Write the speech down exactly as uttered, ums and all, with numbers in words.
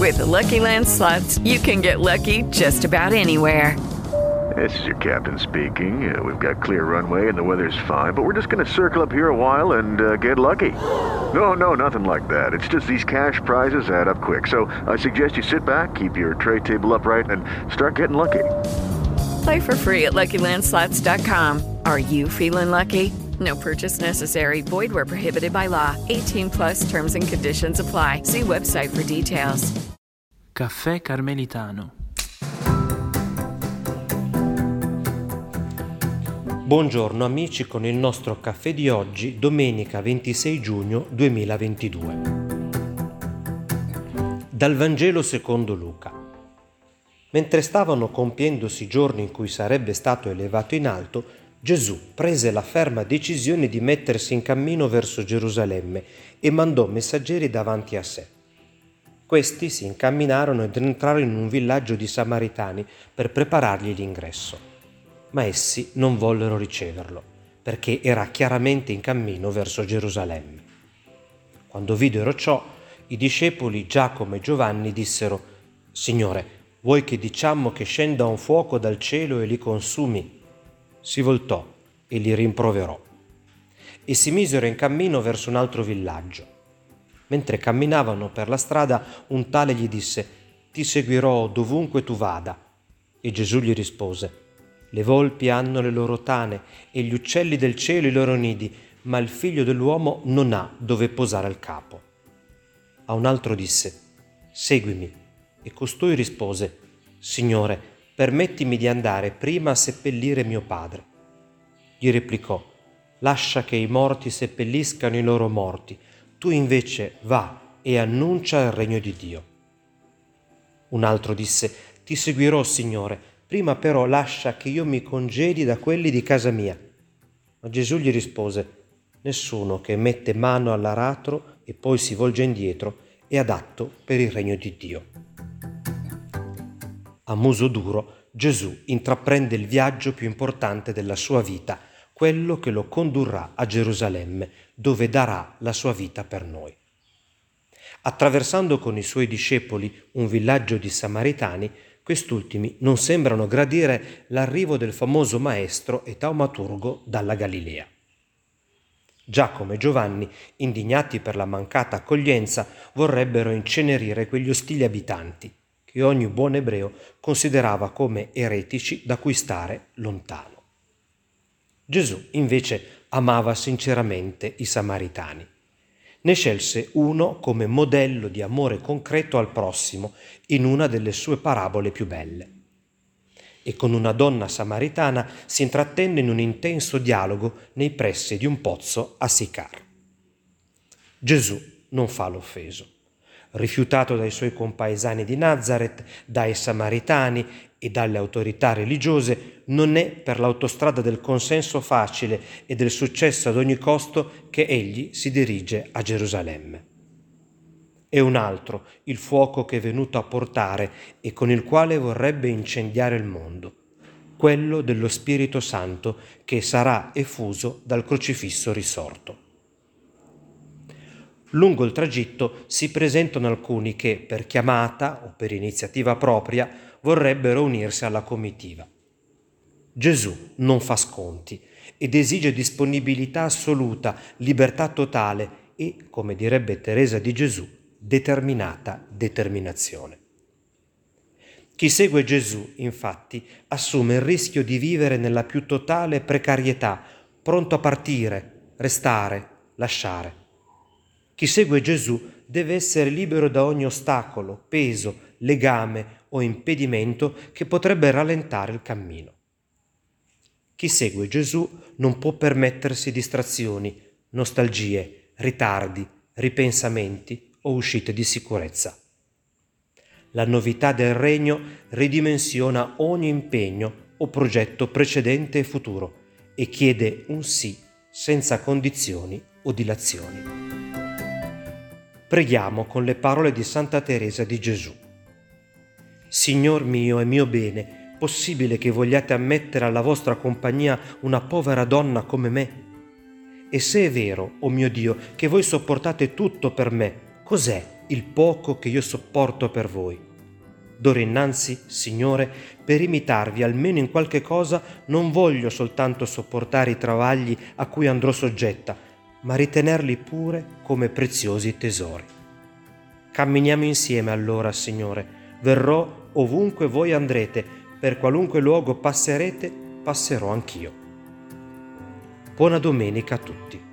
With the Lucky Land Slots, you can get lucky just about anywhere. This is your captain speaking. Uh, we've got clear runway and the weather's fine, but we're just going to circle up here a while and uh, get lucky. No, no, nothing like that. It's just these cash prizes add up quick. So I suggest you sit back, keep your tray table upright, and start getting lucky. Play for free at Lucky Land Slots dot com. Are you feeling lucky? No purchase necessary. Void where prohibited by law. eighteen plus terms and conditions apply. See website for details. Caffè Carmelitano. Buongiorno amici con il nostro caffè di oggi, domenica ventisei giugno duemilaventidue. Dal Vangelo secondo Luca. Mentre stavano compiendosi i giorni in cui sarebbe stato elevato in alto, Gesù prese la ferma decisione di mettersi in cammino verso Gerusalemme e mandò messaggeri davanti a sé. Questi si incamminarono ed entrarono in un villaggio di Samaritani per preparargli l'ingresso. Ma essi non vollero riceverlo, perché era chiaramente in cammino verso Gerusalemme. Quando videro ciò, i discepoli Giacomo e Giovanni dissero: «Signore, vuoi che diciamo che scenda un fuoco dal cielo e li consumi?» Si voltò e li rimproverò. E si misero in cammino verso un altro villaggio. Mentre camminavano per la strada, un tale gli disse: «Ti seguirò dovunque tu vada». E Gesù gli rispose: «Le volpi hanno le loro tane e gli uccelli del cielo i loro nidi, ma il figlio dell'uomo non ha dove posare il capo». A un altro disse: «Seguimi». E costui rispose: «Signore, permettimi di andare prima a seppellire mio padre». Gli replicò: «Lascia che i morti seppelliscano i loro morti, tu invece va e annuncia il regno di Dio». Un altro disse: «Ti seguirò, Signore, prima però lascia che io mi congedi da quelli di casa mia». Ma Gesù gli rispose: «Nessuno che mette mano all'aratro e poi si volge indietro è adatto per il regno di Dio». A muso duro Gesù intraprende il viaggio più importante della sua vita, quello che lo condurrà a Gerusalemme, dove darà la sua vita per noi. Attraversando con i suoi discepoli un villaggio di Samaritani, quest'ultimi non sembrano gradire l'arrivo del famoso maestro e taumaturgo dalla Galilea. Giacomo e Giovanni, indignati per la mancata accoglienza, vorrebbero incenerire quegli ostili abitanti, che ogni buon ebreo considerava come eretici da cui stare lontano. Gesù invece amava sinceramente i Samaritani. Ne scelse uno come modello di amore concreto al prossimo in una delle sue parabole più belle. E con una donna samaritana si intrattenne in un intenso dialogo nei pressi di un pozzo a Sicar. Gesù non fa l'offeso. Rifiutato dai suoi compaesani di Nazaret, dai Samaritani e dalle autorità religiose, non è per l'autostrada del consenso facile e del successo ad ogni costo che egli si dirige a Gerusalemme. È un altro il fuoco che è venuto a portare e con il quale vorrebbe incendiare il mondo, quello dello Spirito Santo che sarà effuso dal crocifisso risorto. Lungo il tragitto si presentano alcuni che, per chiamata o per iniziativa propria, vorrebbero unirsi alla comitiva. Gesù non fa sconti ed esige disponibilità assoluta, libertà totale e, come direbbe Teresa di Gesù, determinata determinazione. Chi segue Gesù, infatti, assume il rischio di vivere nella più totale precarietà, pronto a partire, restare, lasciare. Chi segue Gesù deve essere libero da ogni ostacolo, peso, legame o impedimento che potrebbe rallentare il cammino. Chi segue Gesù non può permettersi distrazioni, nostalgie, ritardi, ripensamenti o uscite di sicurezza. La novità del regno ridimensiona ogni impegno o progetto precedente e futuro e chiede un sì senza condizioni o dilazioni. Preghiamo con le parole di Santa Teresa di Gesù. Signor mio e mio bene, possibile che vogliate ammettere alla vostra compagnia una povera donna come me? E se è vero, o oh mio Dio, che voi sopportate tutto per me, cos'è il poco che io sopporto per voi. D'ora innanzi, Signore, per imitarvi almeno in qualche cosa non voglio soltanto sopportare i travagli a cui andrò soggetta, ma ritenerli pure come preziosi tesori. Camminiamo insieme allora, Signore, verrò ovunque voi andrete, per qualunque luogo passerete, passerò anch'io. Buona domenica a tutti.